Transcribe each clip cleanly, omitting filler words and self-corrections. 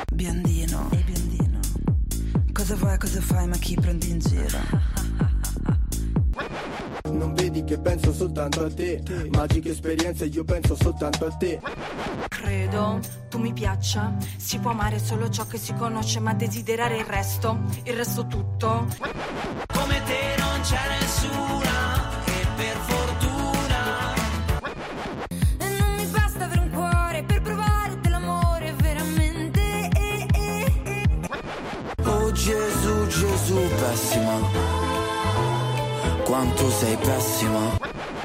Biondino, e biondino, cosa vuoi, cosa fai, ma chi prendi in giro? Non vedi che penso soltanto a te, magiche esperienze, io penso soltanto a te. Credo tu mi piaccia, si può amare solo ciò che si conosce, ma desiderare il resto tutto. Come te non c'è nessuna, e per fortuna. E non mi basta avere un cuore per provare dell'amore veramente. Oh Gesù, Gesù, pessima, quanto sei pessima.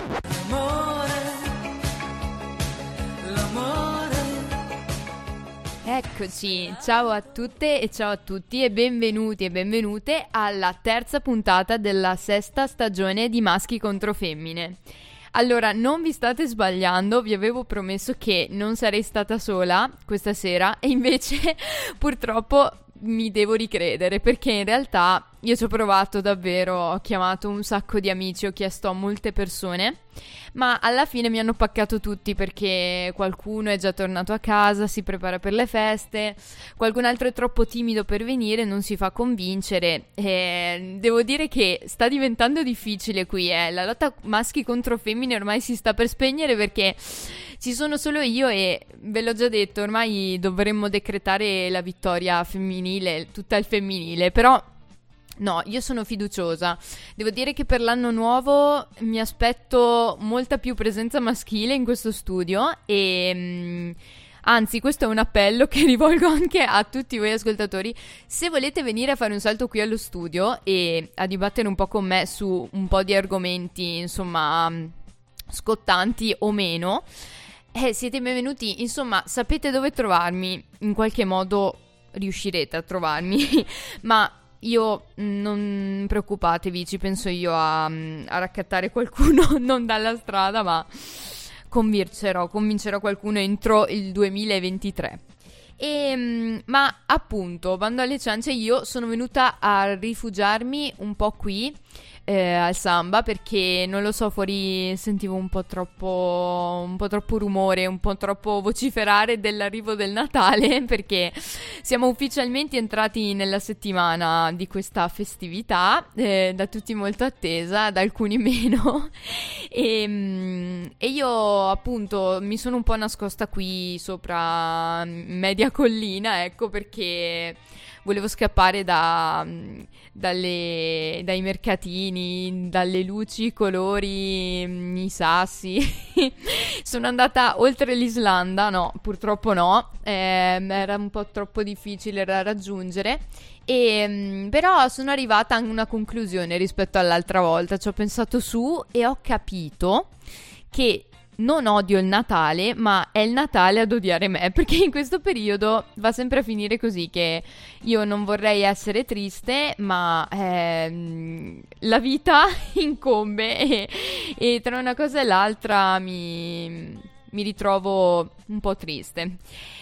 Eccoci, ciao a tutte e ciao a tutti e benvenuti e benvenute alla terza puntata della sesta stagione di Maschi contro Femmine. Allora, non vi state sbagliando, vi avevo promesso che non sarei stata sola questa sera e invece purtroppo mi devo ricredere, perché in realtà io ci ho provato davvero, ho chiamato un sacco di amici, ho chiesto a molte persone, ma alla fine mi hanno paccato tutti perché qualcuno è già tornato a casa, si prepara per le feste, qualcun altro è troppo timido per venire, non si fa convincere. E devo dire che sta diventando difficile qui, la lotta maschi contro femmine ormai si sta per spegnere perché ci sono solo io e ve l'ho già detto, ormai dovremmo decretare la vittoria femminile, tutta il femminile, però no, io sono fiduciosa. Devo dire che per l'anno nuovo mi aspetto molta più presenza maschile in questo studio e anzi, questo è un appello che rivolgo anche a tutti voi ascoltatori. Se volete venire a fare un salto qui allo studio e a dibattere un po' con me su un po' di argomenti, insomma, scottanti o meno, siete benvenuti. Insomma, sapete dove trovarmi, in qualche modo riuscirete a trovarmi, ma io non preoccupatevi, ci penso io a raccattare qualcuno, non dalla strada, ma convincerò qualcuno entro il 2023. Ma appunto, bando alle ciance, io sono venuta a rifugiarmi un po' qui al Samba perché non lo so, fuori sentivo un po' troppo rumore, un po' troppo vociferare dell'arrivo del Natale, perché siamo ufficialmente entrati nella settimana di questa festività, da tutti molto attesa, da alcuni meno e io appunto mi sono un po' nascosta qui sopra media collina, ecco, perché volevo scappare dai mercatini, dalle luci, i colori, i sassi. Sono andata oltre l'Islanda, no, purtroppo no, era un po' troppo difficile da raggiungere, però sono arrivata a una conclusione rispetto all'altra volta, ci ho pensato su e ho capito che non odio il Natale, ma è il Natale ad odiare me, perché in questo periodo va sempre a finire così, che io non vorrei essere triste, ma la vita incombe e tra una cosa e l'altra mi ritrovo un po' triste.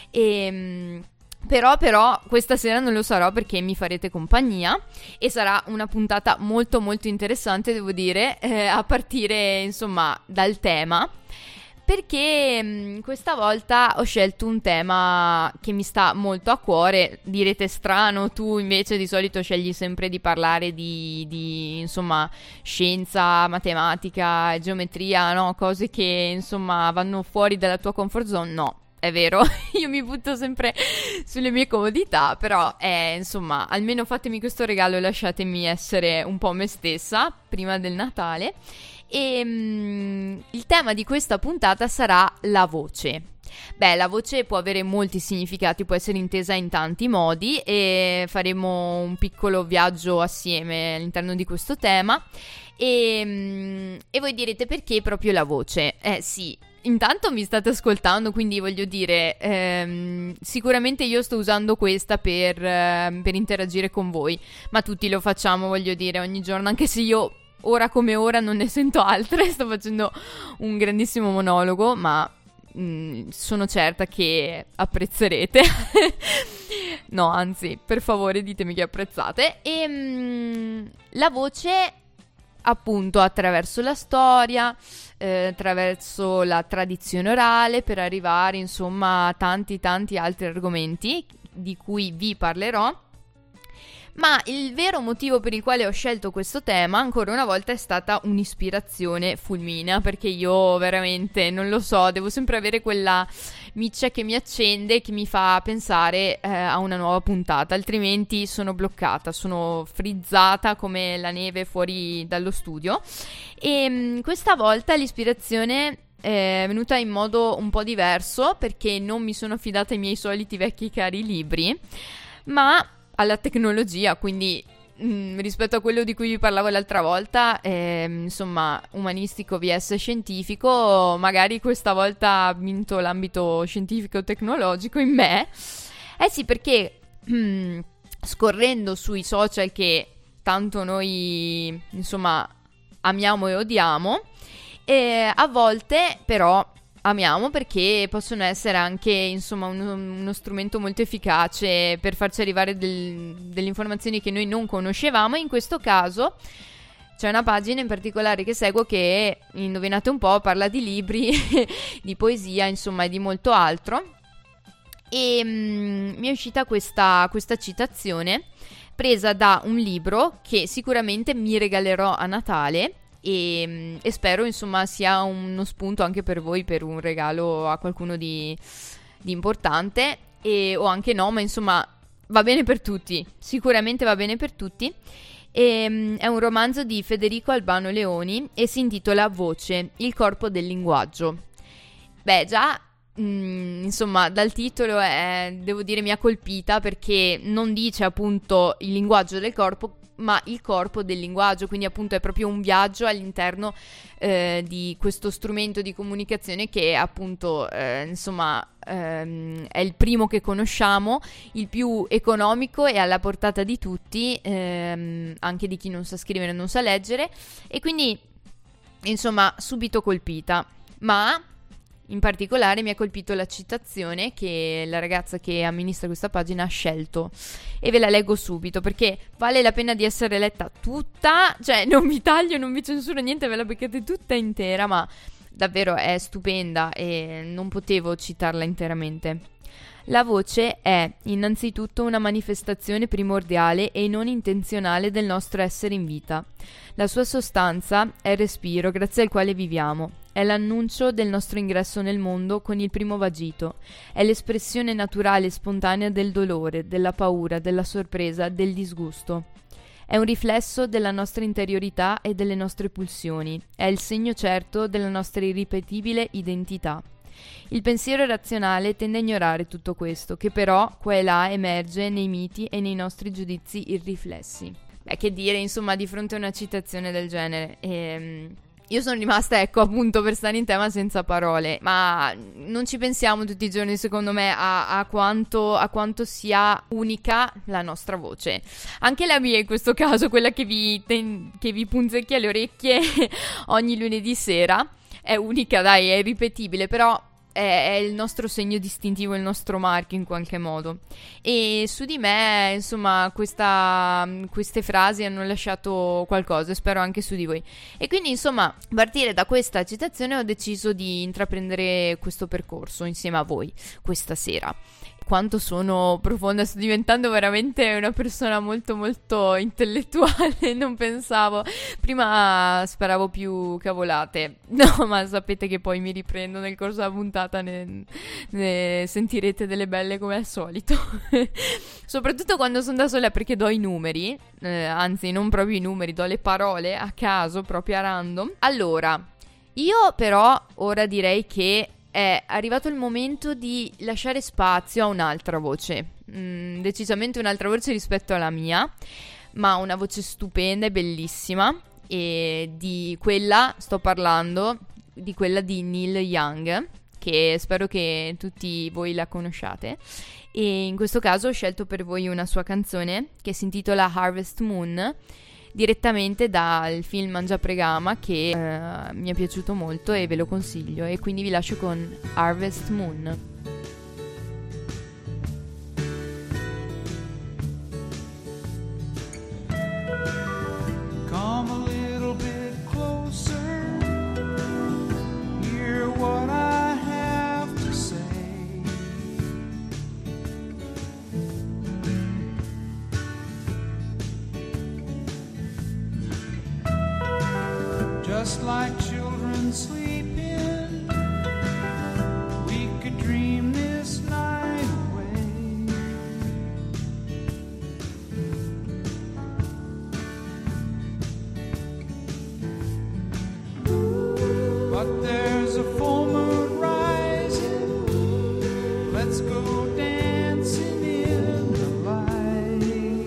Però questa sera non lo sarò perché mi farete compagnia e sarà una puntata molto molto interessante, devo dire, a partire insomma dal tema, perché questa volta ho scelto un tema che mi sta molto a cuore. Direte strano, tu invece di solito scegli sempre di parlare di insomma scienza, matematica, geometria, no? Cose che insomma vanno fuori dalla tua comfort zone. No, è vero, io mi butto sempre sulle mie comodità, però insomma, almeno fatemi questo regalo e lasciatemi essere un po' me stessa prima del Natale. E il tema di questa puntata sarà la voce. Beh, la voce può avere molti significati, può essere intesa in tanti modi e faremo un piccolo viaggio assieme all'interno di questo tema. E voi direte perché proprio la voce? Sì, intanto mi state ascoltando, quindi voglio dire, sicuramente io sto usando questa per interagire con voi, ma tutti lo facciamo, voglio dire, ogni giorno, anche se io ora come ora non ne sento altre, sto facendo un grandissimo monologo, ma sono certa che apprezzerete. No, anzi, per favore ditemi che apprezzate. E la voce, appunto, attraverso la storia, attraverso la tradizione orale, per arrivare insomma a tanti altri argomenti di cui vi parlerò. Ma il vero motivo per il quale ho scelto questo tema, ancora una volta, è stata un'ispirazione fulminea, perché io veramente, non lo so, devo sempre avere quella miccia che mi accende, che mi fa pensare a una nuova puntata, altrimenti sono bloccata, sono frizzata come la neve fuori dallo studio. E questa volta l'ispirazione è venuta in modo un po' diverso, perché non mi sono affidata ai miei soliti vecchi cari libri, ma alla tecnologia, quindi rispetto a quello di cui vi parlavo l'altra volta, insomma, umanistico vs scientifico, magari questa volta ha vinto l'ambito scientifico-tecnologico in me. Sì, perché scorrendo sui social, che tanto noi, insomma, amiamo e odiamo, a volte però amiamo, perché possono essere anche, insomma, uno strumento molto efficace per farci arrivare delle informazioni che noi non conoscevamo. In questo caso c'è una pagina in particolare che seguo che, indovinate un po', parla di libri, di poesia, insomma, e di molto altro. E mi è uscita questa citazione presa da un libro che sicuramente mi regalerò a Natale, e spero, insomma, sia uno spunto anche per voi, per un regalo a qualcuno di importante, o anche no, ma insomma va bene per tutti, sicuramente va bene per tutti. È un romanzo di Federico Albano Leoni e si intitola Voce, il corpo del linguaggio. Beh, già insomma, dal titolo devo dire mi ha colpita, perché non dice appunto il linguaggio del corpo, ma il corpo del linguaggio, quindi appunto è proprio un viaggio all'interno di questo strumento di comunicazione che appunto insomma è il primo che conosciamo, il più economico e alla portata di tutti, anche di chi non sa scrivere e non sa leggere, e quindi insomma subito colpita. Ma in particolare mi ha colpito la citazione che la ragazza che amministra questa pagina ha scelto, e ve la leggo subito perché vale la pena di essere letta tutta, cioè non vi taglio, non vi censuro niente, ve la beccate tutta intera, ma davvero è stupenda e non potevo citarla interamente. La voce è innanzitutto una manifestazione primordiale e non intenzionale del nostro essere in vita. La sua sostanza è il respiro grazie al quale viviamo. È l'annuncio del nostro ingresso nel mondo con il primo vagito. È l'espressione naturale e spontanea del dolore, della paura, della sorpresa, del disgusto. È un riflesso della nostra interiorità e delle nostre pulsioni. È il segno certo della nostra irripetibile identità. Il pensiero razionale tende a ignorare tutto questo, che però qua e là emerge nei miti e nei nostri giudizi irriflessi. Beh, che dire, insomma, di fronte a una citazione del genere. Io sono rimasta, ecco, appunto, per stare in tema, senza parole, ma non ci pensiamo tutti i giorni, secondo me, a quanto sia unica la nostra voce. Anche la mia, in questo caso, quella che vi punzecchia le orecchie ogni lunedì sera, è unica, dai, è irripetibile, però è il nostro segno distintivo, il nostro marchio in qualche modo. E su di me, insomma, queste frasi hanno lasciato qualcosa, e spero anche su di voi. E quindi, insomma, a partire da questa citazione ho deciso di intraprendere questo percorso insieme a voi questa sera. Quanto sono profonda, sto diventando veramente una persona molto molto intellettuale, non pensavo, prima speravo più cavolate, no, ma sapete che poi mi riprendo nel corso della puntata, ne sentirete delle belle come al solito, soprattutto quando sono da sola, perché do i numeri, anzi non proprio i numeri, do le parole a caso, proprio a random. Allora, io però ora direi che è arrivato il momento di lasciare spazio a un'altra voce, decisamente un'altra voce rispetto alla mia, ma una voce stupenda e bellissima, e di quella sto parlando, di quella di Neil Young, che spero che tutti voi la conosciate, e in questo caso ho scelto per voi una sua canzone che si intitola Harvest Moon, direttamente dal film Mangiapregama, che mi è piaciuto molto e ve lo consiglio, e quindi vi lascio con Harvest Moon. Come a little bit closer, just like children sleeping, we could dream this night away. But there's a full moon rising, let's go dancing in the light.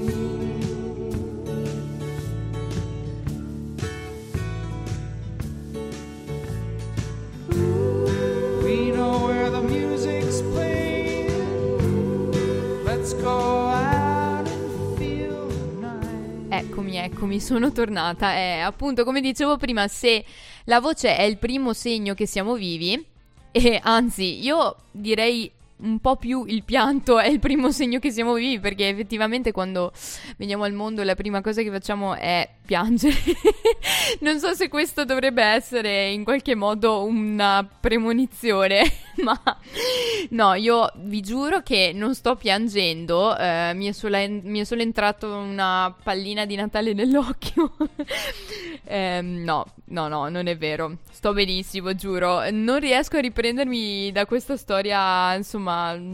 We know where the music's playing, let's go out and feel the night. Eccomi, sono tornata. Appunto, come dicevo prima, se la voce è il primo segno che siamo vivi, e anzi, io direi un po' più il pianto è il primo segno che siamo vivi, perché effettivamente quando veniamo al mondo la prima cosa che facciamo è piangere. Non so se questo dovrebbe essere in qualche modo una premonizione, ma no, io vi giuro che non sto piangendo, mi è solo entrato una pallina di Natale nell'occhio. No, non è vero, sto benissimo, giuro. Non riesco a riprendermi da questa storia, insomma,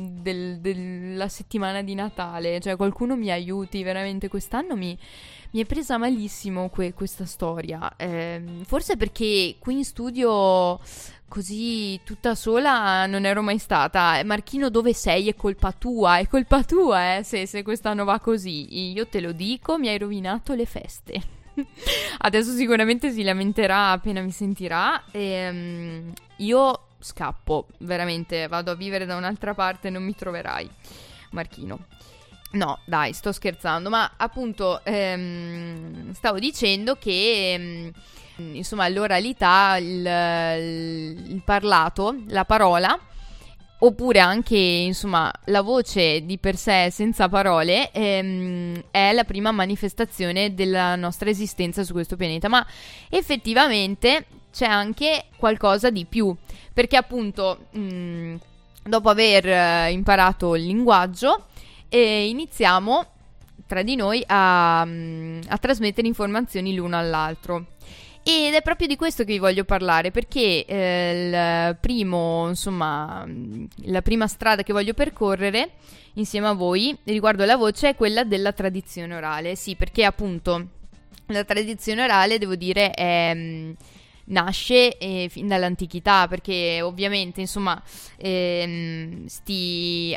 della settimana di Natale. Cioè, qualcuno mi aiuti, veramente. Quest'anno mi è presa malissimo questa storia. Forse perché qui in studio, così tutta sola, non ero mai stata. Marchino, dove sei? È colpa tua, se quest'anno va così. Io te lo dico, mi hai rovinato le feste. Adesso sicuramente si lamenterà appena mi sentirà. Io scappo, veramente, vado a vivere da un'altra parte, non mi troverai, Marchino. No, dai, sto scherzando, ma appunto stavo dicendo che insomma l'oralità, il parlato, la parola, oppure anche insomma la voce di per sé senza parole, è la prima manifestazione della nostra esistenza su questo pianeta, ma effettivamente c'è anche qualcosa di più, perché appunto dopo aver imparato il linguaggio iniziamo tra di noi a trasmettere informazioni l'uno all'altro. Ed è proprio di questo che vi voglio parlare, perché la prima strada che voglio percorrere insieme a voi riguardo alla voce è quella della tradizione orale. Sì, perché appunto la tradizione orale, devo dire, nasce fin dall'antichità, perché ovviamente insomma questi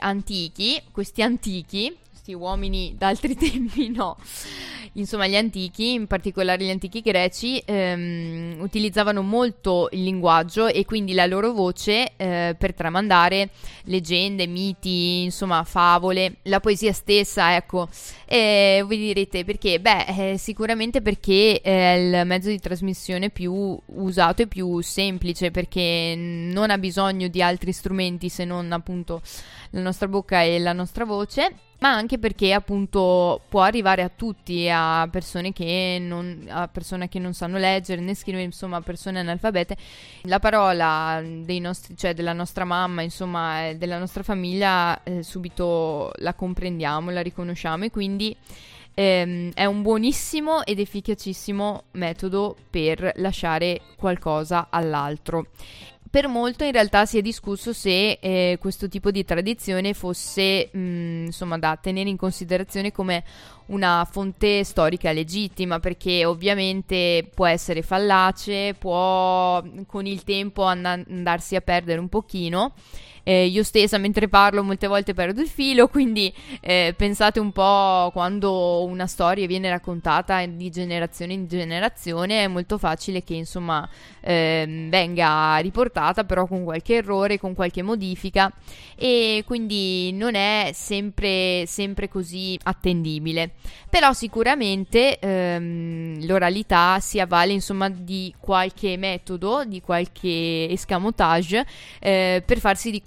uomini d'altri tempi, no, insomma gli antichi, in particolare gli antichi greci, utilizzavano molto il linguaggio e quindi la loro voce per tramandare leggende, miti, insomma favole, la poesia stessa, ecco. E voi direte perché? Beh, sicuramente perché è il mezzo di trasmissione più usato e più semplice, perché non ha bisogno di altri strumenti se non appunto la nostra bocca e la nostra voce, ma anche perché appunto può arrivare a tutti, a persone che non sanno leggere né scrivere, insomma persone analfabete. La parola della nostra mamma, insomma della nostra famiglia, subito la comprendiamo, la riconosciamo, e quindi è un buonissimo ed efficacissimo metodo per lasciare qualcosa all'altro. Per molto in realtà si è discusso se questo tipo di tradizione fosse insomma da tenere in considerazione come una fonte storica legittima, perché ovviamente può essere fallace, può con il tempo andarsi a perdere un pochino. Io stessa mentre parlo molte volte perdo il filo, quindi pensate un po', quando una storia viene raccontata di generazione in generazione è molto facile che insomma venga riportata però con qualche errore, con qualche modifica, e quindi non è sempre così attendibile. Però sicuramente l'oralità si avvale insomma di qualche metodo, di qualche escamotage per farsi ricordare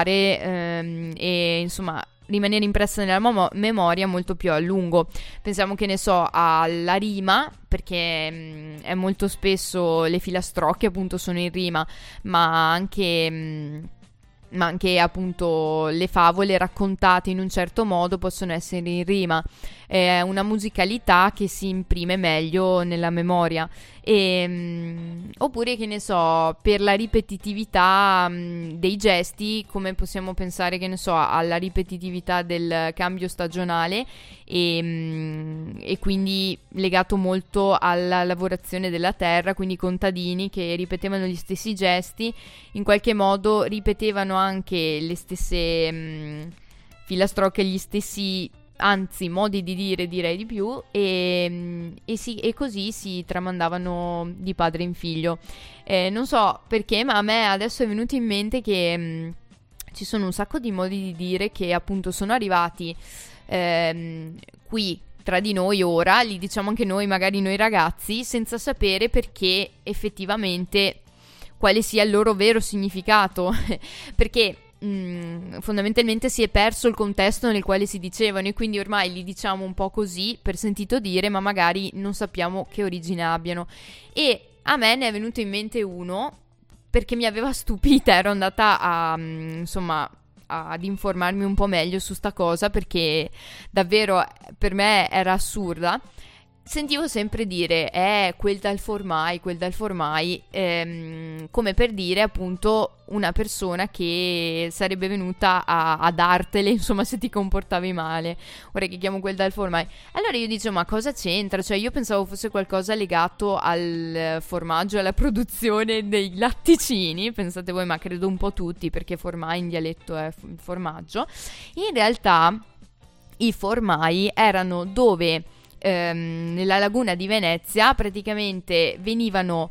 e insomma rimanere impressa nella memoria molto più a lungo. Pensiamo, che ne so, alla rima, perché è molto spesso le filastrocche appunto sono in rima, ma anche ma anche appunto le favole raccontate in un certo modo possono essere in rima. È una musicalità che si imprime meglio nella memoria. Oppure, che ne so, per la ripetitività dei gesti, come possiamo pensare, che ne so, alla ripetitività del cambio stagionale e quindi legato molto alla lavorazione della terra, quindi i contadini che ripetevano gli stessi gesti, in qualche modo ripetevano anche le stesse filastrocche, gli stessi, anzi modi di dire, direi di più, e così si tramandavano di padre in figlio. Non so perché, ma a me adesso è venuto in mente che ci sono un sacco di modi di dire che appunto sono arrivati qui tra di noi ora, li diciamo anche noi, magari noi ragazzi, senza sapere perché effettivamente quale sia il loro vero significato perché fondamentalmente si è perso il contesto nel quale si dicevano, e quindi ormai li diciamo un po' così per sentito dire, ma magari non sappiamo che origine abbiano. E a me ne è venuto in mente uno perché mi aveva stupita, ero andata ad informarmi un po' meglio su sta cosa, perché davvero per me era assurda. Sentivo sempre dire quel dal formai, come per dire appunto una persona che sarebbe venuta a dartele, insomma, se ti comportavi male. Ora che chiamo quel dal formai. Allora io dicevo, ma cosa c'entra? Cioè io pensavo fosse qualcosa legato al formaggio, alla produzione dei latticini, pensate voi, ma credo un po' tutti, perché formai in dialetto è formaggio. In realtà i formai erano dove nella laguna di Venezia praticamente venivano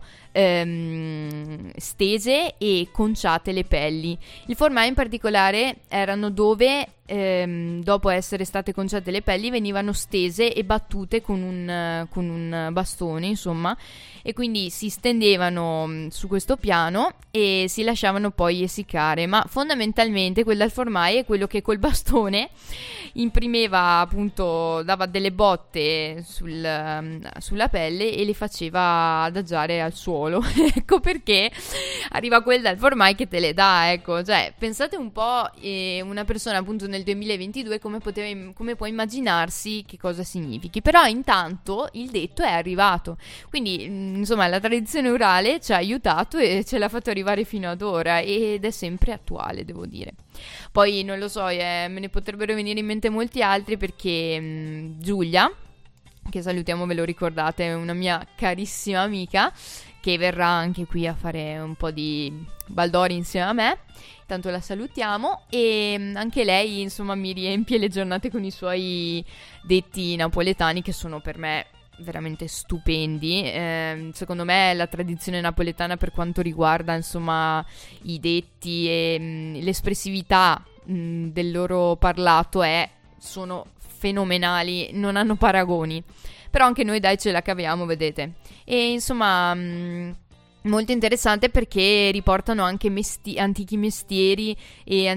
stese e conciate le pelli. Il formai in particolare erano dove dopo essere state conciate le pelli venivano stese e battute con un bastone, insomma, e quindi si stendevano su questo piano e si lasciavano poi essiccare. Ma fondamentalmente quel dal formai è quello che col bastone imprimeva, appunto, dava delle botte sulla pelle e le faceva adagiare al suolo. Ecco perché arriva quel dal formai che te le dà, ecco. Cioè, pensate un po', una persona appunto nel 2022 come può immaginarsi che cosa significhi. Però intanto il detto è arrivato, quindi insomma la tradizione orale ci ha aiutato e ce l'ha fatto arrivare fino ad ora, ed è sempre attuale, devo dire. Poi non lo so, me ne potrebbero venire in mente molti altri, perché Giulia, che salutiamo, ve lo ricordate, è una mia carissima amica che verrà anche qui a fare un po' di baldori insieme a me. Tanto la salutiamo, e anche lei insomma mi riempie le giornate con i suoi detti napoletani, che sono per me veramente stupendi. Secondo me la tradizione napoletana, per quanto riguarda insomma i detti e l'espressività del loro parlato, sono fenomenali, non hanno paragoni. Però anche noi dai ce la caviamo, vedete. E insomma molto interessante, perché riportano anche antichi mestieri e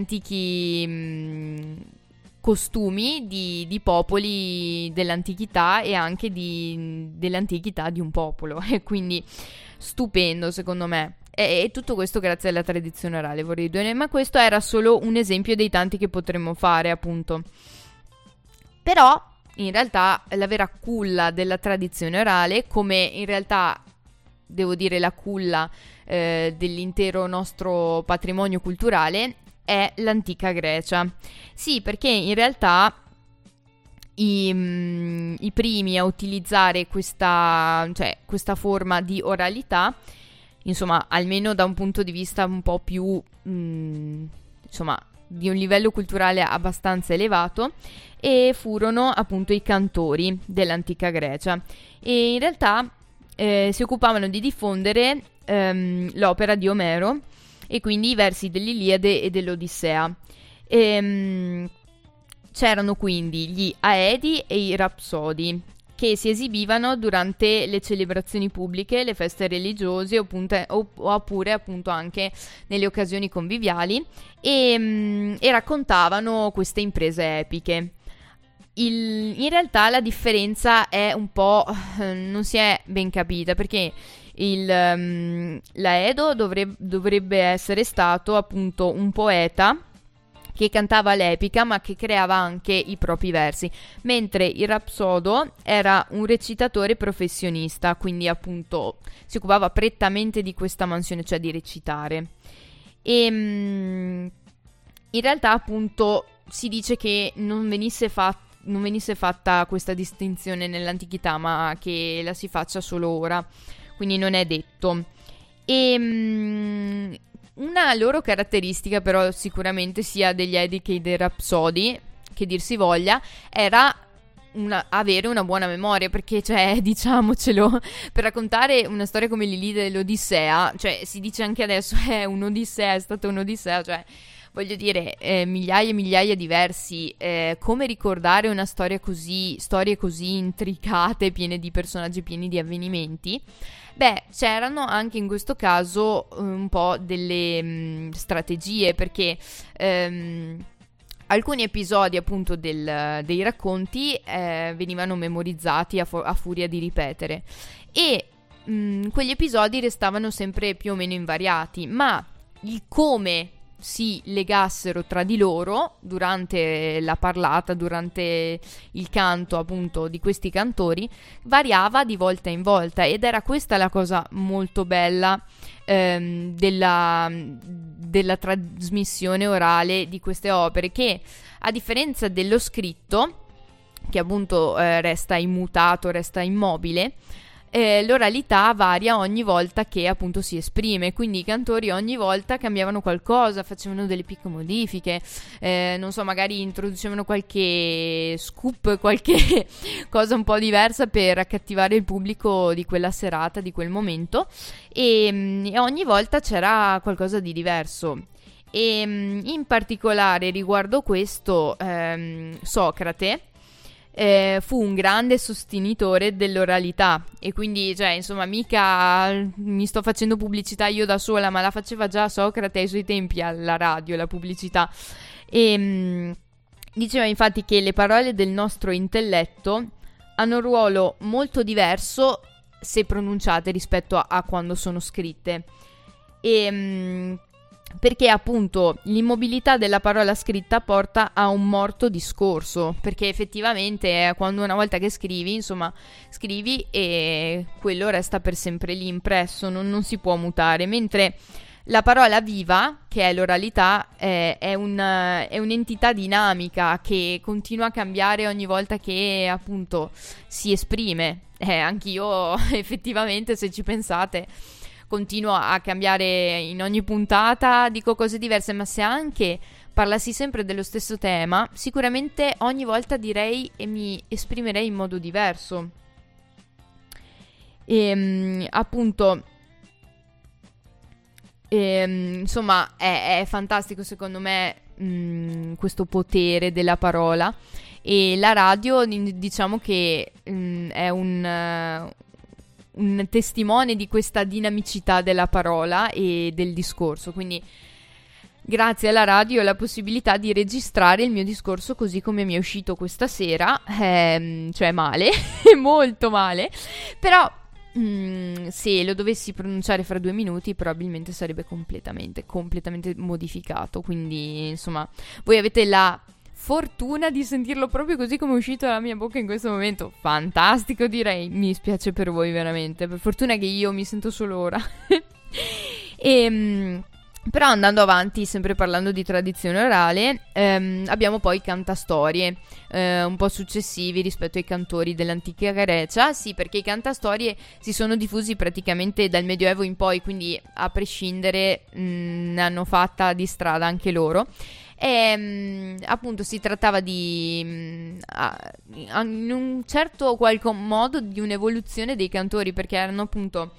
antichi costumi di popoli dell'antichità, e anche dell'antichità di un popolo. E quindi stupendo, secondo me. E tutto questo grazie alla tradizione orale, vorrei dire. Ma questo era solo un esempio dei tanti che potremmo fare, appunto. Però in realtà la vera culla della tradizione orale, come in realtà devo dire la culla dell'intero nostro patrimonio culturale, è l'antica Grecia. Sì, perché in realtà i primi a utilizzare questa forma di oralità, insomma, almeno da un punto di vista un po' più insomma di un livello culturale abbastanza elevato, e furono appunto i cantori dell'antica Grecia, e in realtà si occupavano di diffondere l'opera di Omero, e quindi i versi dell'Iliade e dell'Odissea. C'erano quindi gli Aedi e i Rapsodi, che si esibivano durante le celebrazioni pubbliche, le feste religiose, oppure appunto anche nelle occasioni conviviali, e raccontavano queste imprese epiche. In realtà la differenza è un po' non si è ben capita, perché Laedo dovrebbe essere stato appunto un poeta che cantava l'epica ma che creava anche i propri versi, mentre il Rapsodo era un recitatore professionista, quindi appunto si occupava prettamente di questa mansione, cioè di recitare. E in realtà appunto si dice che non venisse fatta questa distinzione nell'antichità, ma che la si faccia solo ora, quindi non è detto. E una loro caratteristica però sicuramente sia degli Eddi che dei Rapsodi, che dir si voglia, era avere una buona memoria, perché cioè diciamocelo, per raccontare una storia come l'Ilide dell'Odissea, cioè si dice anche adesso è stata un'Odissea, cioè voglio dire migliaia e migliaia di versi, come ricordare una storie così intricate, piene di personaggi, pieni di avvenimenti. Beh, c'erano anche in questo caso un po' delle strategie, perché alcuni episodi appunto dei racconti venivano memorizzati a furia di ripetere, e quegli episodi restavano sempre più o meno invariati, ma il come si legassero tra di loro durante la parlata, durante il canto appunto di questi cantori, variava di volta in volta, ed era questa la cosa molto bella della trasmissione orale di queste opere, che a differenza dello scritto, che appunto resta immutato, resta immobile, l'oralità varia ogni volta che appunto si esprime, quindi i cantori ogni volta cambiavano qualcosa, facevano delle piccole modifiche, non so, magari introducevano qualche scoop, qualche cosa un po' diversa per accattivare il pubblico di quella serata, di quel momento, e ogni volta c'era qualcosa di diverso. E in particolare riguardo questo, Socrate fu un grande sostenitore dell'oralità, e quindi cioè insomma mica mi sto facendo pubblicità io da sola, ma la faceva già Socrate ai suoi tempi alla radio, la pubblicità, e diceva infatti che le parole del nostro intelletto hanno un ruolo molto diverso se pronunciate rispetto a quando sono scritte, e perché appunto l'immobilità della parola scritta porta a un morto discorso, perché effettivamente quando una volta che scrivi, insomma, scrivi e quello resta per sempre lì impresso, non si può mutare, mentre la parola viva, che è l'oralità, è un'entità dinamica che continua a cambiare ogni volta che appunto si esprime. Anch'io effettivamente, se ci pensate, continuo a cambiare in ogni puntata, dico cose diverse, ma se anche parlassi sempre dello stesso tema, sicuramente ogni volta direi e mi esprimerei in modo diverso. E appunto, insomma, è fantastico secondo me questo potere della parola, e la radio diciamo che è un testimone di questa dinamicità della parola e del discorso, quindi grazie alla radio ho la possibilità di registrare il mio discorso così come mi è uscito questa sera, cioè male, molto male, però se lo dovessi pronunciare fra 2 minuti probabilmente sarebbe completamente modificato, quindi insomma voi avete la fortuna di sentirlo proprio così come è uscito dalla mia bocca in questo momento. Fantastico, direi. Mi spiace per voi veramente, per fortuna che io mi sento solo ora. Però andando avanti, sempre parlando di tradizione orale, abbiamo poi i cantastorie un po' successivi rispetto ai cantori dell'antica Grecia. Sì, perché i cantastorie si sono diffusi praticamente dal Medioevo in poi, quindi a prescindere ne hanno fatta di strada anche loro. E appunto si trattava di in un certo qualche modo di un'evoluzione dei cantori, perché erano appunto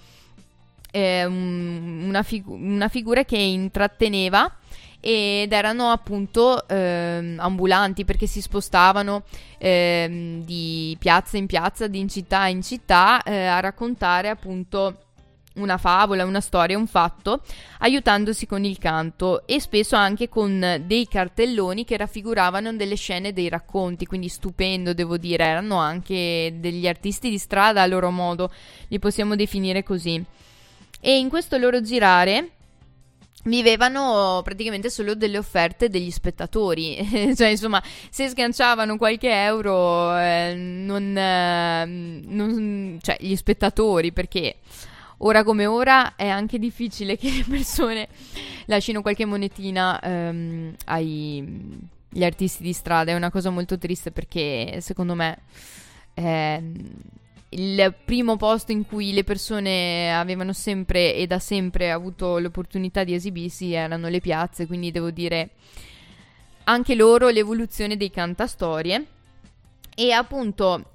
una figura che intratteneva, ed erano appunto ambulanti, perché si spostavano di piazza in piazza, di in città in città, a raccontare appunto una favola, una storia, un fatto, aiutandosi con il canto e spesso anche con dei cartelloni che raffiguravano delle scene dei racconti, quindi stupendo, devo dire. Erano anche degli artisti di strada a loro modo, li possiamo definire così. E in questo loro girare vivevano praticamente solo delle offerte degli spettatori, cioè insomma se sganciavano qualche euro cioè gli spettatori, perché ora come ora è anche difficile che le persone lasciano qualche monetina agli artisti di strada. È una cosa molto triste, perché secondo me il primo posto in cui le persone avevano sempre e da sempre avuto l'opportunità di esibirsi erano le piazze, quindi devo dire anche loro l'evoluzione dei cantastorie. E appunto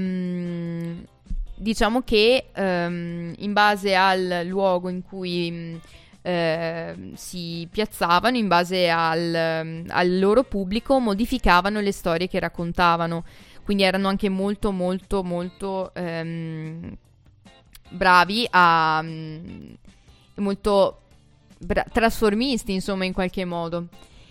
diciamo che in base al luogo in cui si piazzavano, in base al loro pubblico, modificavano le storie che raccontavano. Quindi erano anche molto molto molto bravi molto trasformisti, insomma, in qualche modo.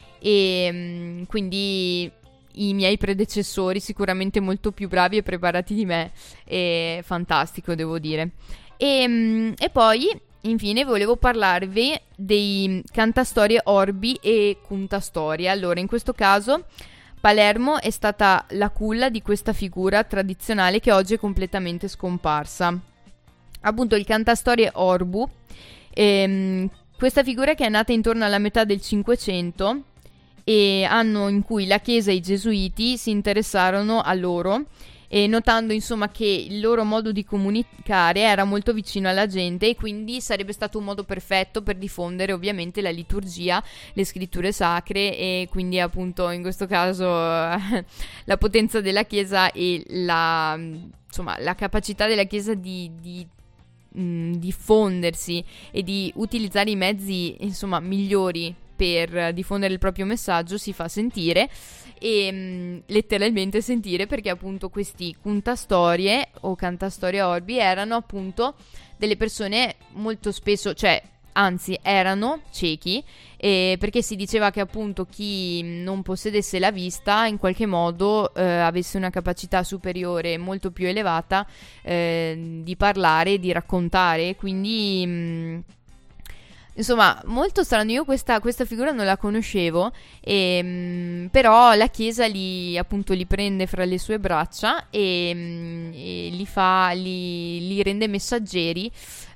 E quindi i miei predecessori sicuramente molto più bravi e preparati di me. È fantastico, devo dire. E poi infine volevo parlarvi dei cantastorie orbi e cuntastorie. Allora, in questo caso Palermo è stata la culla di questa figura tradizionale che oggi è completamente scomparsa. Appunto il cantastorie orbu, questa figura che è nata intorno alla metà del Cinquecento, e anno in cui la Chiesa e i Gesuiti si interessarono a loro, e notando insomma che il loro modo di comunicare era molto vicino alla gente, e quindi sarebbe stato un modo perfetto per diffondere ovviamente la liturgia, le scritture sacre, e quindi appunto in questo caso la potenza della Chiesa e la capacità della Chiesa di diffondersi e di utilizzare i mezzi insomma migliori per diffondere il proprio messaggio si fa sentire, e letteralmente sentire, perché appunto questi cuntastorie o cantastorie orbi erano appunto delle persone molto spesso, cioè anzi erano ciechi, perché si diceva che appunto chi non possedesse la vista in qualche modo avesse una capacità superiore molto più elevata di parlare, di raccontare, quindi insomma, molto strano. Io questa figura non la conoscevo, però la Chiesa li prende fra le sue braccia e li rende messaggeri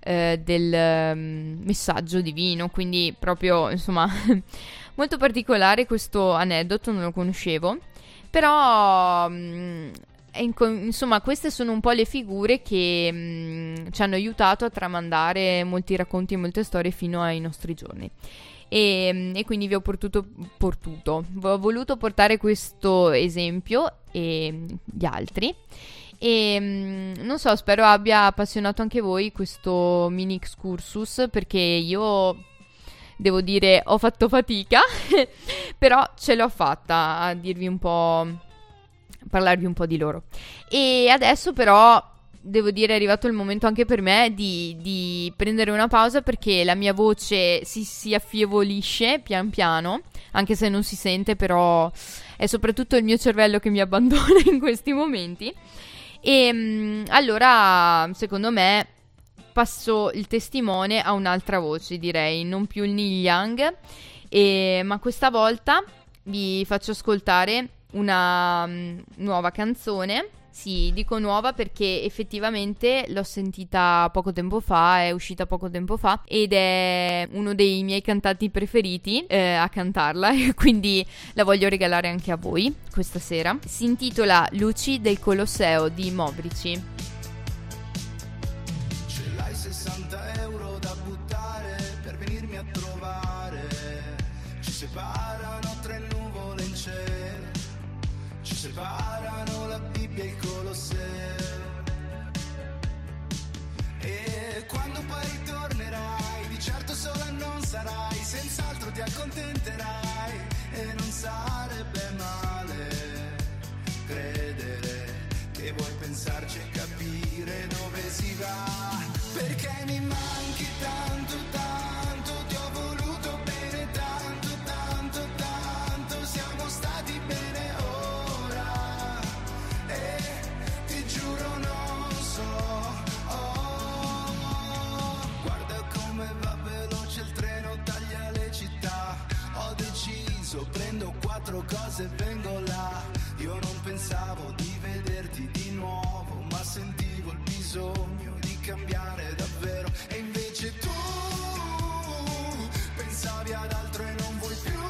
del messaggio divino. Quindi proprio, insomma, molto particolare questo aneddoto, non lo conoscevo. Però insomma, queste sono un po' le figure che ci hanno aiutato a tramandare molti racconti e molte storie fino ai nostri giorni. E quindi vi ho voluto portare questo esempio e gli altri. E non so, spero abbia appassionato anche voi questo mini excursus, perché io devo dire ho fatto fatica però ce l'ho fatta a parlarvi un po' di loro. E adesso però devo dire è arrivato il momento anche per me di prendere una pausa, perché la mia voce si affievolisce pian piano, anche se non si sente, però è soprattutto il mio cervello che mi abbandona in questi momenti. E allora secondo me passo il testimone a un'altra voce, direi, non più il Neil Young, ma questa volta vi faccio ascoltare una nuova canzone. Sì, dico nuova perché effettivamente l'ho sentita poco tempo fa, è uscita poco tempo fa, ed è uno dei miei cantanti preferiti a cantarla, e quindi la voglio regalare anche a voi questa sera. Si intitola Luci del Colosseo di Mobrici. Ce l'hai 60 euro da buttare per venirmi a trovare? Ci separano 3 nuvole in cielo, ci separano la Bibbia e il Colosseo. E quando poi ritornerai, di certo sola non sarai, senz'altro ti accontenterai, e non sarebbe male credere che vuoi pensarci e capire dove si va, perché mi immagino se vengo là. Io non pensavo di vederti di nuovo, ma sentivo il bisogno di cambiare davvero. E invece tu pensavi ad altro e non vuoi più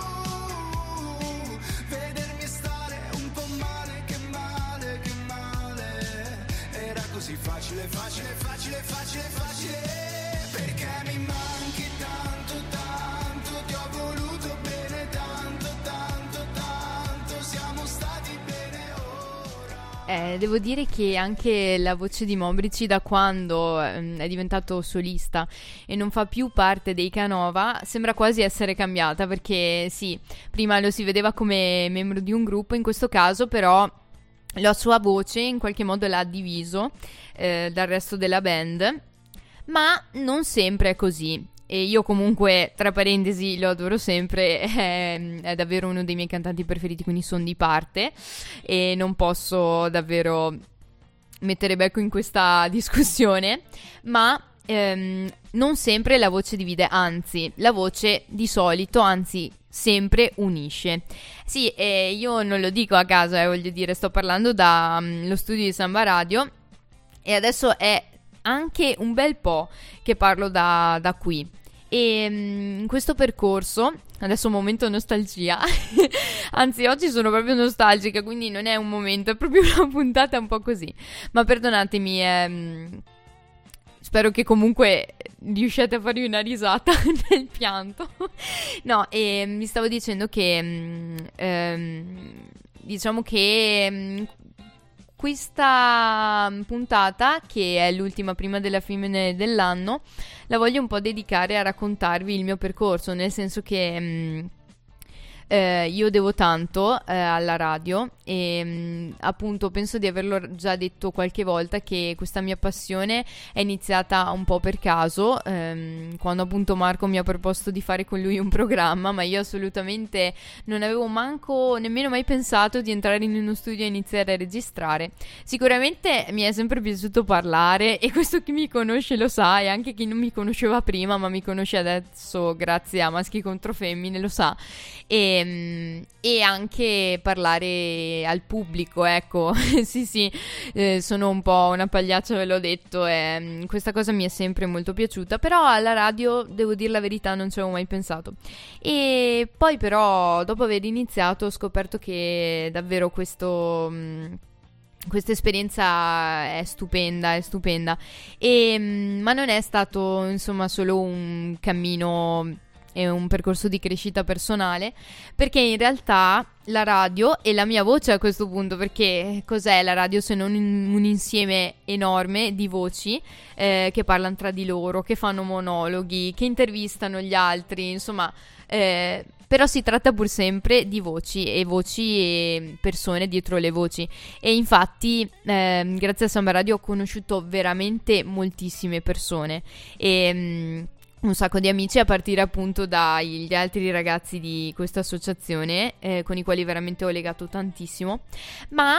vedermi stare un po' male, che male, che male. Era così facile, facile, facile, facile, facile. Perché mi manchi tanto, tanto, ti ho voluto bene tanto, tanto, tanto, siamo stati bene ora. Devo dire che anche la voce di Mobrici, da quando è diventato solista e non fa più parte dei Canova, sembra quasi essere cambiata, perché sì, prima lo si vedeva come membro di un gruppo, in questo caso però la sua voce in qualche modo l'ha diviso dal resto della band, ma non sempre è così. E io comunque, tra parentesi, lo adoro sempre, è davvero uno dei miei cantanti preferiti, quindi sono di parte e non posso davvero mettere becco in questa discussione, ma non sempre la voce divide, anzi la voce di solito, anzi sempre unisce. Sì, io non lo dico a caso, voglio dire, sto parlando dallo studio di Samba Radio e adesso è anche un bel po' che parlo da qui. E in questo percorso, adesso un momento nostalgia, anzi oggi sono proprio nostalgica, quindi non è un momento, è proprio una puntata un po' così, ma perdonatemi, spero che comunque riusciate a farvi una risata nel pianto. No, e mi stavo dicendo che diciamo che questa puntata, che è l'ultima prima della fine dell'anno, la voglio un po' dedicare a raccontarvi il mio percorso, nel senso che io devo tanto alla radio e appunto penso di averlo già detto qualche volta che questa mia passione è iniziata un po' per caso, quando appunto Marco mi ha proposto di fare con lui un programma, ma io assolutamente non avevo nemmeno mai pensato di entrare in uno studio e iniziare a registrare. Sicuramente mi è sempre piaciuto parlare, e questo chi mi conosce lo sa, e anche chi non mi conosceva prima ma mi conosce adesso grazie a Maschi contro Femmine lo sa, e anche parlare al pubblico, ecco. sì, sono un po' una pagliaccia, ve l'ho detto, e questa cosa mi è sempre molto piaciuta, però alla radio, devo dire la verità, non ci avevo mai pensato. E poi però, dopo aver iniziato, ho scoperto che davvero questa esperienza è stupenda, ma non è stato insomma solo un cammino e un percorso di crescita personale, perché in realtà la radio e la mia voce a questo punto, perché cos'è la radio se non un insieme enorme di voci che parlano tra di loro, che fanno monologhi, che intervistano gli altri, insomma, però si tratta pur sempre di voci e persone dietro le voci. E infatti grazie a Samba Radio ho conosciuto veramente moltissime persone e un sacco di amici, a partire appunto dagli altri ragazzi di questa associazione con i quali veramente ho legato tantissimo, ma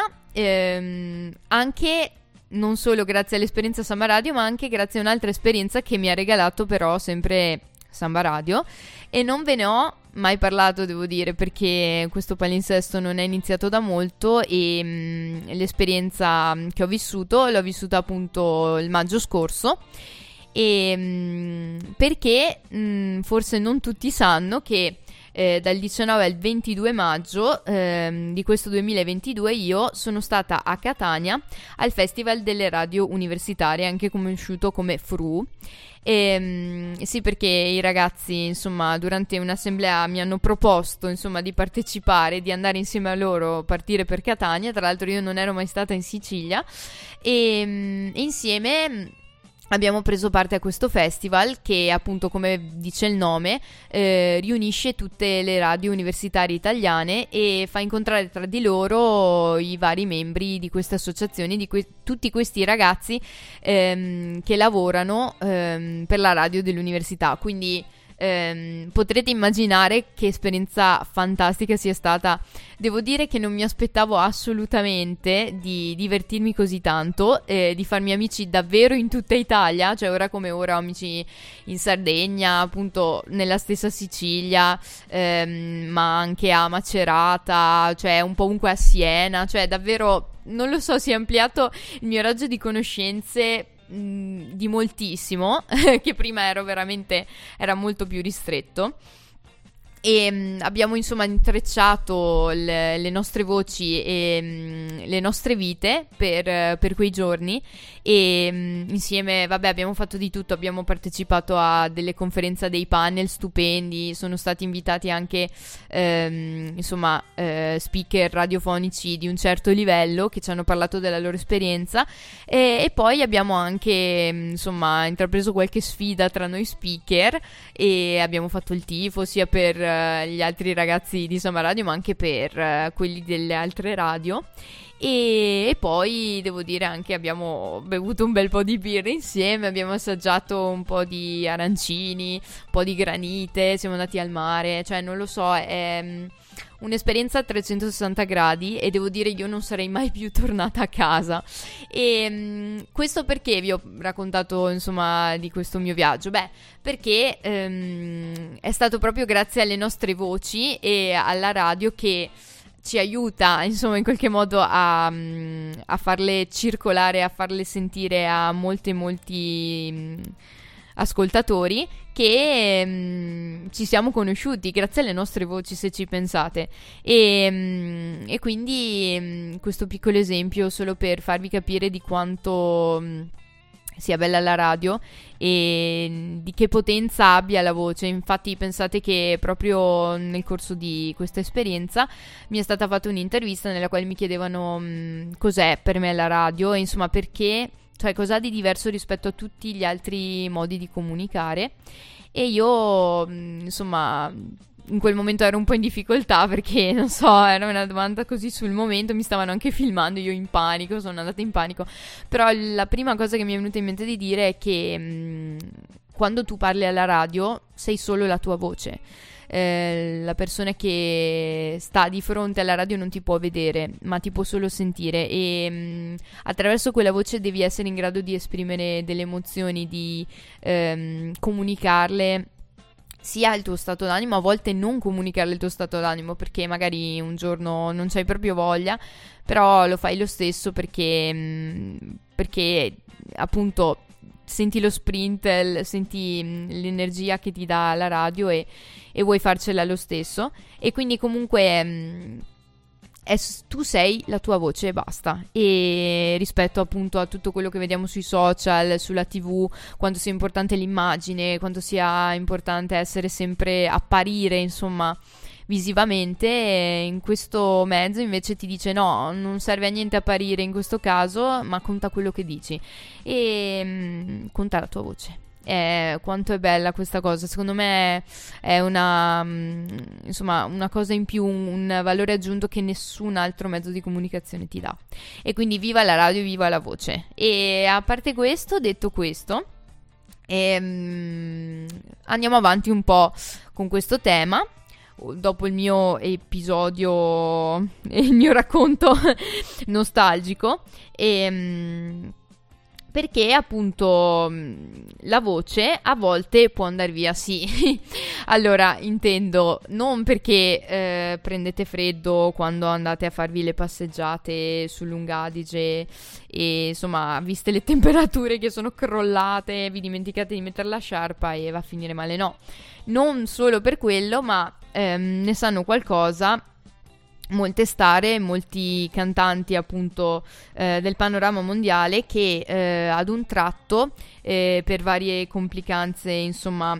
anche non solo grazie all'esperienza Samba Radio, ma anche grazie a un'altra esperienza che mi ha regalato però sempre Samba Radio, e non ve ne ho mai parlato, devo dire, perché questo palinsesto non è iniziato da molto e l'esperienza che ho vissuto l'ho vissuta appunto il maggio scorso. E perché forse non tutti sanno che dal 19 al 22 maggio di questo 2022 io sono stata a Catania al Festival delle Radio Universitarie, anche conosciuto come FRU. Sì, perché i ragazzi, insomma, durante un'assemblea mi hanno proposto, insomma, di partecipare, di andare insieme a loro, partire per Catania. Tra l'altro io non ero mai stata in Sicilia, e insieme abbiamo preso parte a questo festival che, appunto, come dice il nome, riunisce tutte le radio universitarie italiane e fa incontrare tra di loro i vari membri di queste associazioni, tutti questi ragazzi che lavorano per la radio dell'università. Quindi potrete immaginare che esperienza fantastica sia stata. Devo dire che non mi aspettavo assolutamente di divertirmi così tanto, di farmi amici davvero in tutta Italia, cioè ora come ora ho amici in Sardegna, appunto nella stessa Sicilia, ma anche a Macerata, cioè un po' ovunque a Siena, cioè davvero, non lo so, si è ampliato il mio raggio di conoscenze di moltissimo, che prima era molto più ristretto. E abbiamo insomma intrecciato le nostre voci e le nostre vite per quei giorni, e insieme, vabbè, abbiamo fatto di tutto, abbiamo partecipato a delle conferenze, dei panel stupendi, sono stati invitati anche speaker radiofonici di un certo livello che ci hanno parlato della loro esperienza, e poi abbiamo anche intrapreso qualche sfida tra noi speaker, e abbiamo fatto il tifo sia per gli altri ragazzi di Samba Radio, ma anche per quelli delle altre radio. E poi devo dire anche abbiamo bevuto un bel po' di birra insieme, abbiamo assaggiato un po' di arancini, un po' di granite, siamo andati al mare, cioè non lo so, è un'esperienza a 360 gradi, e devo dire io non sarei mai più tornata a casa. E questo perché vi ho raccontato insomma di questo mio viaggio? Beh, perché è stato proprio grazie alle nostre voci e alla radio che ci aiuta insomma in qualche modo a farle circolare, a farle sentire a molti ascoltatori, che ci siamo conosciuti grazie alle nostre voci, se ci pensate, e quindi questo piccolo esempio solo per farvi capire di quanto sia bella la radio e di che potenza abbia la voce. Infatti pensate che proprio nel corso di questa esperienza mi è stata fatta un'intervista nella quale mi chiedevano cos'è per me la radio, e insomma perché, cioè cosa di diverso rispetto a tutti gli altri modi di comunicare. E io insomma in quel momento ero un po' in difficoltà, perché non so, era una domanda così sul momento, mi stavano anche filmando, io in panico, sono andata in panico. Però la prima cosa che mi è venuta in mente di dire è che quando tu parli alla radio sei solo la tua voce. La persona che sta di fronte alla radio non ti può vedere, ma ti può solo sentire, e attraverso quella voce devi essere in grado di esprimere delle emozioni, di comunicarle sia il tuo stato d'animo, a volte non comunicare il tuo stato d'animo perché magari un giorno non c'hai proprio voglia, però lo fai lo stesso perché appunto senti lo sprint, senti l'energia che ti dà la radio e vuoi farcela lo stesso, e quindi comunque tu sei la tua voce e basta. E rispetto appunto a tutto quello che vediamo sui social, sulla TV, quanto sia importante l'immagine, quanto sia importante essere sempre, apparire insomma visivamente, in questo mezzo invece ti dice no, non serve a niente apparire in questo caso, ma conta quello che dici e conta la tua voce. Quanto è bella questa cosa, secondo me è una cosa in più, un valore aggiunto che nessun altro mezzo di comunicazione ti dà. E quindi viva la radio, viva la voce. E a parte questo, detto questo, andiamo avanti un po' con questo tema. Dopo il mio episodio e il mio racconto nostalgico, perché appunto la voce a volte può andare via, sì. Allora, intendo non perché prendete freddo quando andate a farvi le passeggiate sul Lungo Adige e insomma, viste le temperature che sono crollate, vi dimenticate di mettere la sciarpa e va a finire male, no. Non solo per quello, ma ne sanno qualcosa molte star, molti cantanti appunto del panorama mondiale che ad un tratto per varie complicanze insomma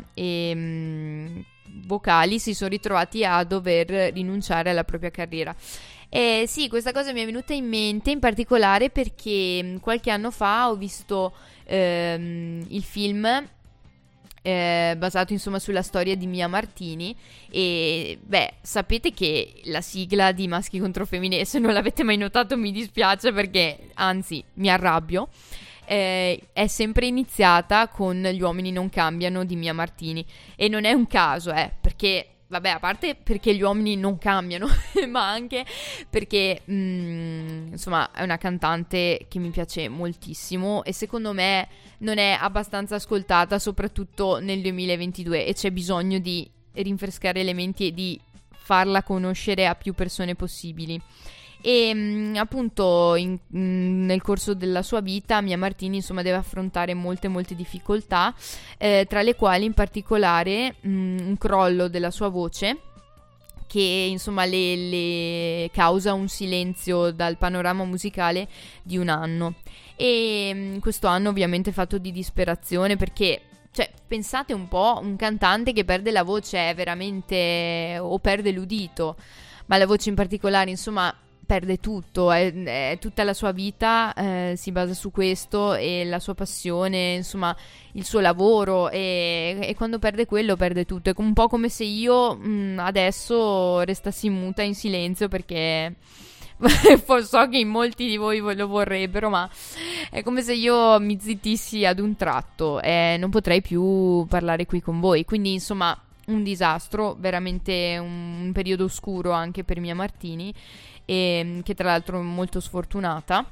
vocali si sono ritrovati a dover rinunciare alla propria carriera. Sì, questa cosa mi è venuta in mente in particolare perché qualche anno fa ho visto il film basato insomma sulla storia di Mia Martini, e beh, sapete che la sigla di Maschi contro Femmine, se non l'avete mai notato mi dispiace perché anzi mi arrabbio, è sempre iniziata con Gli uomini non cambiano di Mia Martini, e non è un caso, perché vabbè, a parte perché gli uomini non cambiano, ma anche perché insomma è una cantante che mi piace moltissimo e secondo me non è abbastanza ascoltata, soprattutto nel 2022, e c'è bisogno di rinfrescare elementi e di farla conoscere a più persone possibili. E appunto nel corso della sua vita Mia Martini insomma deve affrontare molte difficoltà, tra le quali in particolare un crollo della sua voce che insomma le causa un silenzio dal panorama musicale di un anno, e questo anno ovviamente fatto di disperazione, perché cioè pensate un po', un cantante che perde la voce è veramente, o perde l'udito, ma la voce in particolare insomma perde tutto, è tutta la sua vita si basa su questo, e la sua passione, insomma il suo lavoro, e quando perde quello perde tutto. È un po' come se io adesso restassi muta in silenzio, perché so che in molti di voi lo vorrebbero, ma è come se io mi zittissi ad un tratto e non potrei più parlare qui con voi. Quindi insomma un disastro, veramente un periodo oscuro anche per Mia Martini, che tra l'altro è molto sfortunata,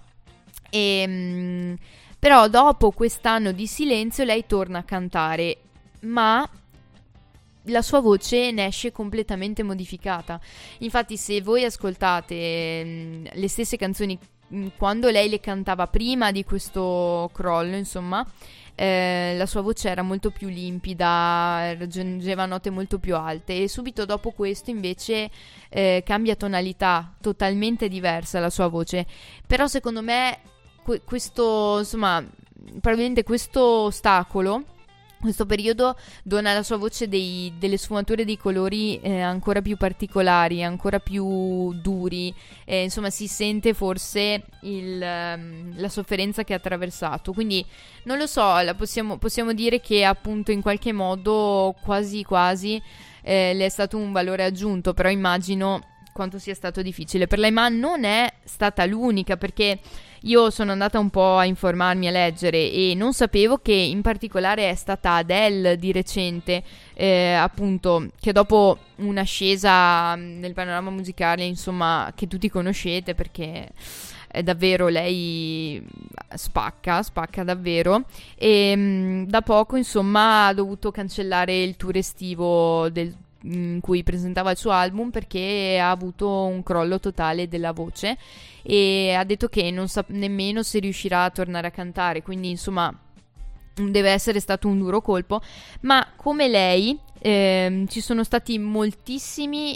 però dopo quest'anno di silenzio lei torna a cantare, ma la sua voce ne esce completamente modificata. Infatti se voi ascoltate le stesse canzoni quando lei le cantava prima di questo crollo, insomma la sua voce era molto più limpida, raggiungeva note molto più alte, e subito dopo questo invece cambia tonalità, totalmente diversa la sua voce. Però secondo me questo, insomma, probabilmente questo ostacolo, questo periodo dona alla sua voce delle sfumature, dei colori ancora più particolari, ancora più duri, insomma si sente forse la sofferenza che ha attraversato. Quindi non lo so, possiamo dire che appunto in qualche modo quasi le è stato un valore aggiunto, però immagino quanto sia stato difficile per lei. Ma non è stata l'unica, perché io sono andata un po' a informarmi, a leggere, e non sapevo che in particolare è stata Adele di recente, appunto, che dopo un'ascesa nel panorama musicale, insomma, che tutti conoscete, perché è davvero, lei spacca davvero, e da poco insomma ha dovuto cancellare il tour estivo in cui presentava il suo album, perché ha avuto un crollo totale della voce, e ha detto che non sa nemmeno se riuscirà a tornare a cantare. Quindi insomma deve essere stato un duro colpo, ma come lei ci sono stati moltissimi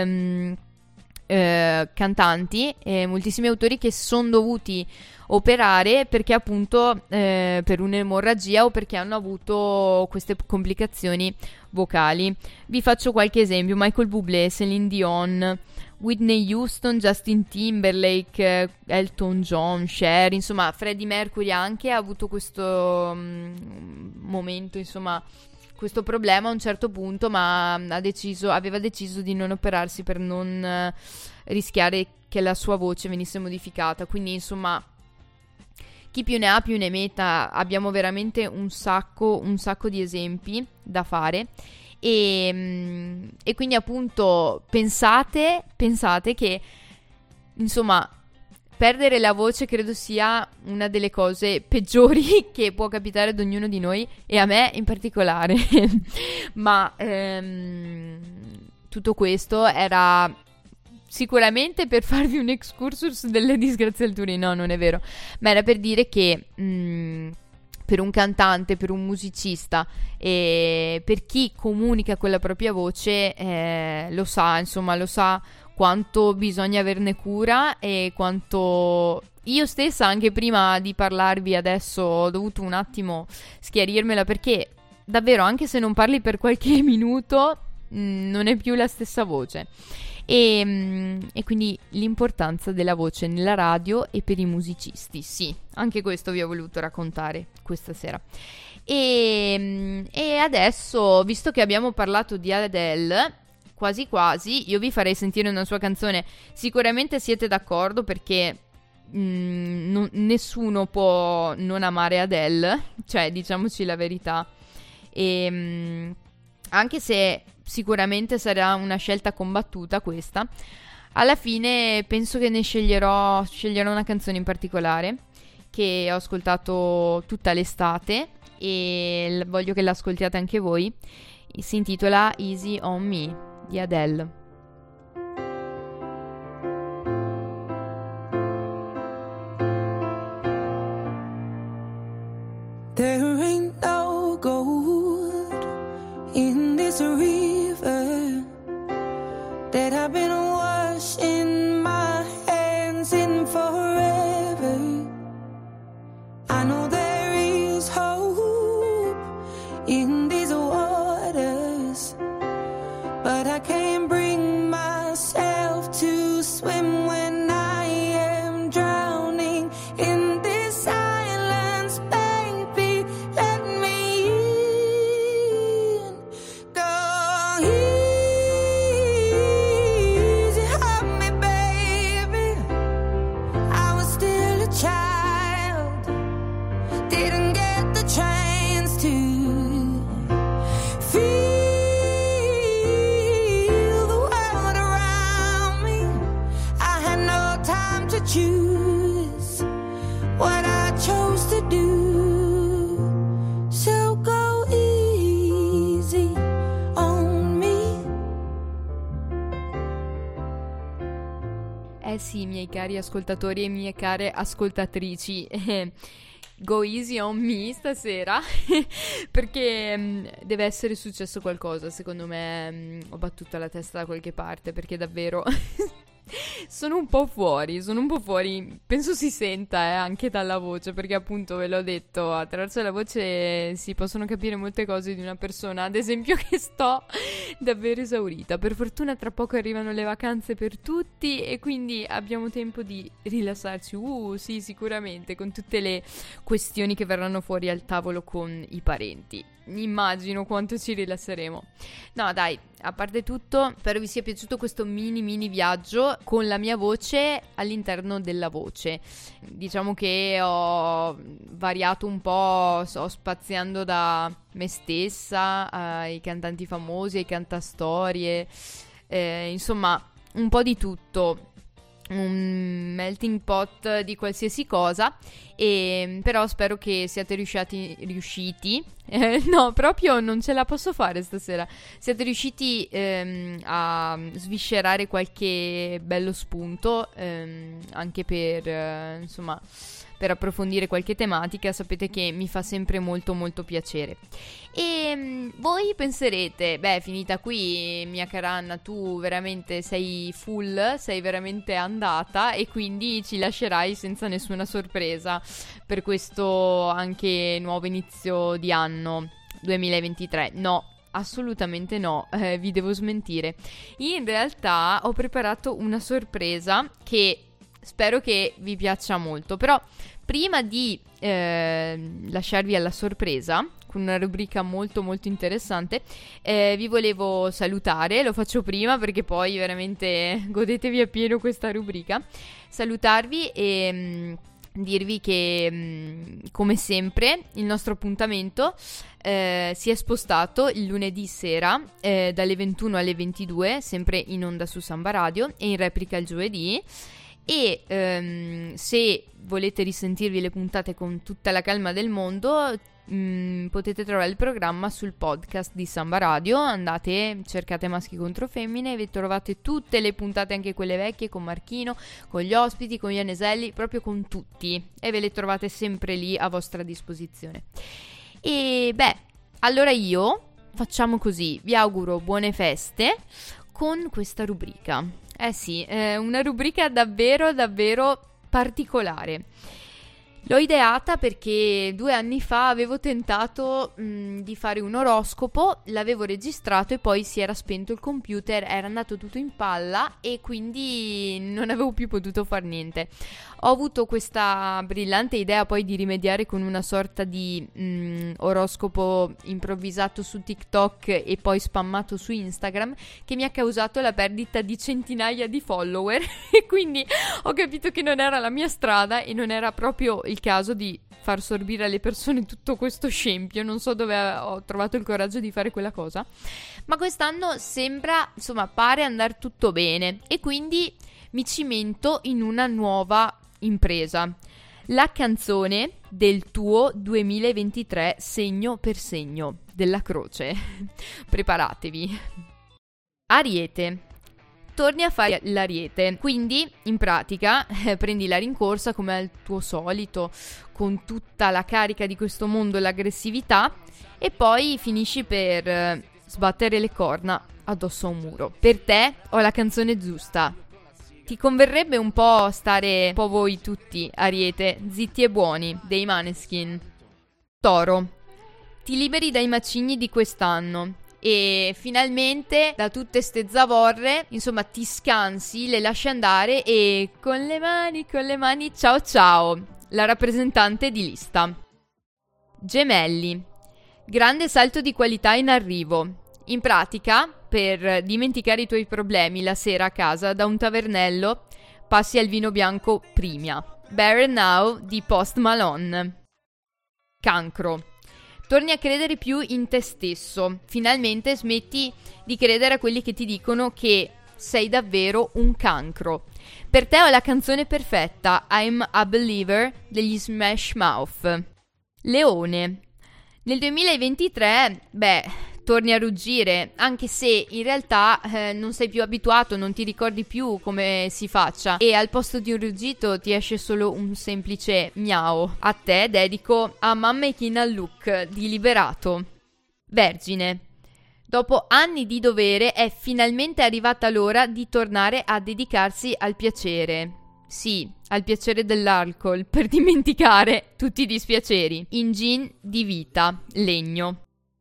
cantanti, moltissimi autori che sono dovuti operare perché appunto per un'emorragia o perché hanno avuto queste complicazioni vocali. Vi faccio qualche esempio: Michael Bublé, Celine Dion, Whitney Houston, Justin Timberlake, Elton John, Cher, insomma Freddie Mercury anche ha avuto questo momento, insomma questo problema a un certo punto, ma aveva deciso di non operarsi per non rischiare che la sua voce venisse modificata. Quindi insomma chi più ne ha più ne metta, abbiamo veramente un sacco di esempi da fare, e quindi appunto pensate che insomma perdere la voce credo sia una delle cose peggiori che può capitare ad ognuno di noi, e a me in particolare. Ma tutto questo era sicuramente per farvi un excursus delle disgrazie al Turino. No, non è vero, ma era per dire che per un cantante, per un musicista e per chi comunica con la propria voce lo sa quanto bisogna averne cura, e quanto io stessa anche prima di parlarvi adesso ho dovuto un attimo schiarirmela, perché davvero anche se non parli per qualche minuto non è più la stessa voce, e quindi l'importanza della voce nella radio e per i musicisti. Sì, anche questo vi ho voluto raccontare questa sera. E adesso, visto che abbiamo parlato di Adele, quasi io vi farei sentire una sua canzone. Sicuramente siete d'accordo, perché non nessuno può non amare Adele, cioè diciamoci la verità. E anche se sicuramente sarà una scelta combattuta questa, alla fine penso che ne sceglierò una canzone in particolare che ho ascoltato tutta l'estate e voglio che l'ascoltiate anche voi. Si intitola Easy on Me di Adele. There ain't no gold in this river that I've been washing my hands in forever. I know there is hope in these waters, but I can't bring myself to swim when I am drowning in this silence. Baby, let me in. Go easy on me, baby. I was still a child, didn't get the chance to feel the world around me. I had no time to choose what I chose to do. So go easy on me. Eh sì, miei cari ascoltatori e mie care ascoltatrici, go easy on me stasera perché deve essere successo qualcosa, secondo me. Ho battuto la testa da qualche parte perché davvero sono un po' fuori, penso si senta anche dalla voce, perché appunto ve l'ho detto, attraverso la voce si possono capire molte cose di una persona, ad esempio che sto davvero esaurita. Per fortuna tra poco arrivano le vacanze per tutti e quindi abbiamo tempo di rilassarci, sì, sicuramente, con tutte le questioni che verranno fuori al tavolo con i parenti. Immagino quanto ci rilasseremo. No dai, a parte tutto, spero vi sia piaciuto questo mini viaggio con la mia voce all'interno della voce. Diciamo che ho variato un po', sto spaziando da me stessa ai cantanti famosi, ai cantastorie, insomma un po' di tutto, un melting pot di qualsiasi cosa. E però spero che siate riusciti no, proprio non ce la posso fare stasera, siate riusciti a sviscerare qualche bello spunto, anche per insomma, per approfondire qualche tematica. Sapete che mi fa sempre molto piacere. E voi penserete, beh, finita qui mia cara Anna, tu veramente sei full, sei veramente andata e quindi ci lascerai senza nessuna sorpresa per questo anche nuovo inizio di anno 2023. No, assolutamente no, vi devo smentire. In realtà ho preparato una sorpresa che spero che vi piaccia molto, però prima di lasciarvi alla sorpresa con una rubrica molto interessante, vi volevo salutare. Lo faccio prima perché poi veramente godetevi appieno questa rubrica. Salutarvi e dirvi che come sempre il nostro appuntamento si è spostato il lunedì sera dalle 21 alle 22, sempre in onda su Samba Radio, e in replica il giovedì. E se volete risentirvi le puntate con tutta la calma del mondo, potete trovare il programma sul podcast di Samba Radio. Andate, cercate Maschi contro Femmine, vi trovate tutte le puntate, anche quelle vecchie, con Marchino, con gli ospiti, con gli Aneselli, proprio con tutti, e ve le trovate sempre lì a vostra disposizione. E beh, allora io facciamo così, vi auguro buone feste con questa rubrica. Sì, una rubrica davvero particolare. L'ho ideata perché 2 anni fa avevo tentato di fare un oroscopo, l'avevo registrato e poi si era spento il computer, era andato tutto in palla e quindi non avevo più potuto far niente. Ho avuto questa brillante idea poi di rimediare con una sorta di oroscopo improvvisato su TikTok e poi spammato su Instagram, che mi ha causato la perdita di centinaia di follower e quindi ho capito che non era la mia strada e non era proprio il caso di far sorbire alle persone tutto questo scempio. Non so dove ho trovato il coraggio di fare quella cosa, ma quest'anno sembra, insomma, pare andare tutto bene e quindi mi cimento in una nuova impresa, la canzone del tuo 2023 segno per segno della croce. Preparatevi. Ariete. Torni a fare l'ariete, quindi in pratica prendi la rincorsa come al tuo solito, con tutta la carica di questo mondo e l'aggressività, e poi finisci per sbattere le corna addosso a un muro. Per te ho la canzone giusta. Ti converrebbe un po' stare un po' voi tutti, Ariete, zitti e buoni, dei Maneskin. Toro. Ti liberi dai macigni di quest'anno e finalmente da tutte ste zavorre, insomma, ti scansi, le lasci andare e con le mani, ciao ciao, la rappresentante di lista. Gemelli. Grande salto di qualità in arrivo. In pratica, per dimenticare i tuoi problemi la sera a casa da un tavernello, passi al vino bianco Primia. Better Now di Post Malone. Cancro. Torni a credere più in te stesso. Finalmente smetti di credere a quelli che ti dicono che sei davvero un cancro. Per te ho la canzone perfetta, I'm a Believer degli Smash Mouth. Leone. Nel 2023, torni a ruggire, anche se in realtà non sei più abituato, non ti ricordi più come si faccia e al posto di un ruggito ti esce solo un semplice miau. A te dedico a Mamma e Kina Look di Liberato. Vergine. Dopo anni di dovere è finalmente arrivata l'ora di tornare a dedicarsi al piacere. Sì, al piacere dell'alcol, per dimenticare tutti i dispiaceri. In gin di vita, legno.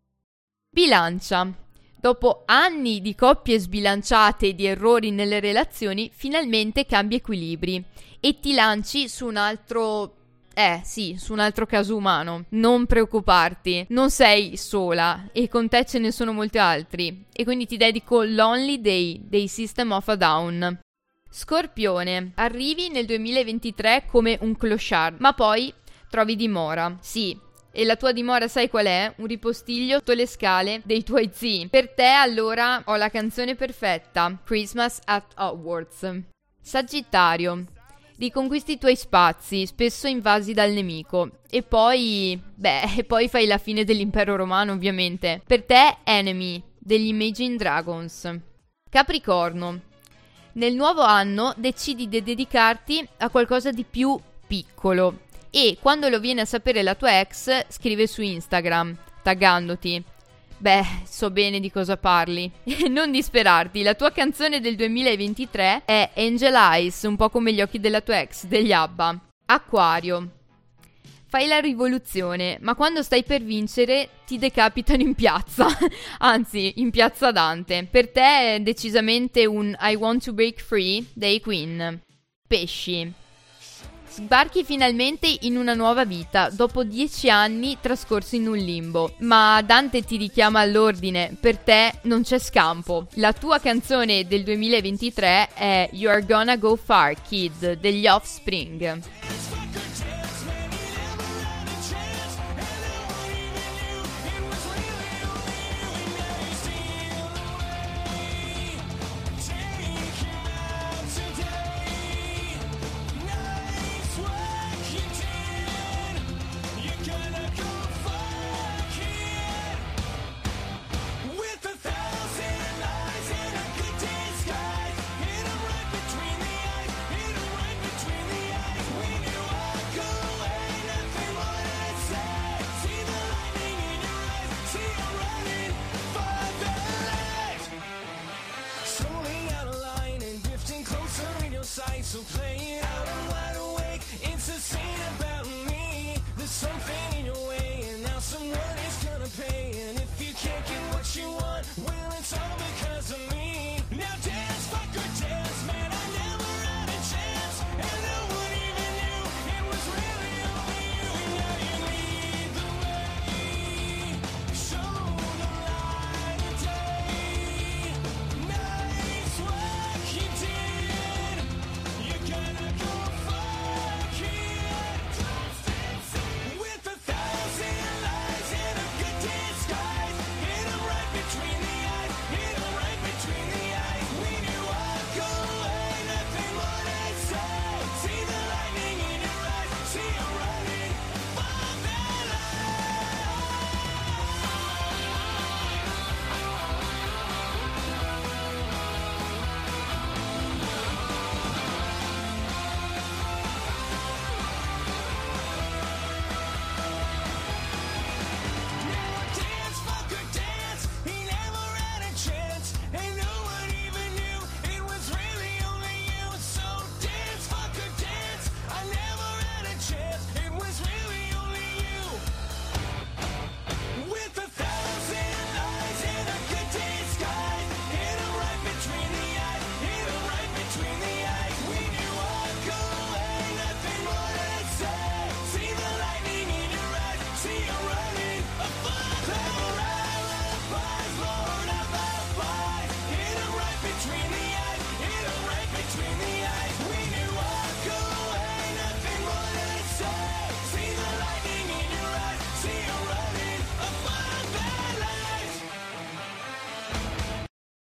Bilancia. Dopo anni di coppie sbilanciate e di errori nelle relazioni, finalmente cambi equilibri e ti lanci su un altro... su un altro caso umano. Non preoccuparti, non sei sola e con te ce ne sono molti altri. E quindi ti dedico Lonely Day dei System of a Down. Scorpione. Arrivi nel 2023 come un clochard, ma poi trovi dimora. Sì. E la tua dimora sai qual è? Un ripostiglio sotto le scale dei tuoi zii. Per te allora ho la canzone perfetta, Christmas at Hogwarts. Sagittario. Riconquisti i tuoi spazi, spesso invasi dal nemico. E poi fai la fine dell'impero romano, ovviamente. Per te Enemy, degli Imagine Dragons. Capricorno. Nel nuovo anno decidi di dedicarti a qualcosa di più piccolo. E quando lo viene a sapere la tua ex, scrive su Instagram, taggandoti. So bene di cosa parli. Non disperarti, la tua canzone del 2023 è Angel Eyes, un po' come gli occhi della tua ex, degli ABBA. Acquario. Fai la rivoluzione, ma quando stai per vincere ti decapitano in piazza. Anzi, in piazza Dante. Per te è decisamente un I Want to Break Free dei Queen. Pesci. Sbarchi finalmente in una nuova vita, dopo 10 anni trascorsi in un limbo. Ma Dante ti richiama all'ordine, per te non c'è scampo. La tua canzone del 2023 è You're Gonna Go Far, Kid, degli Offspring.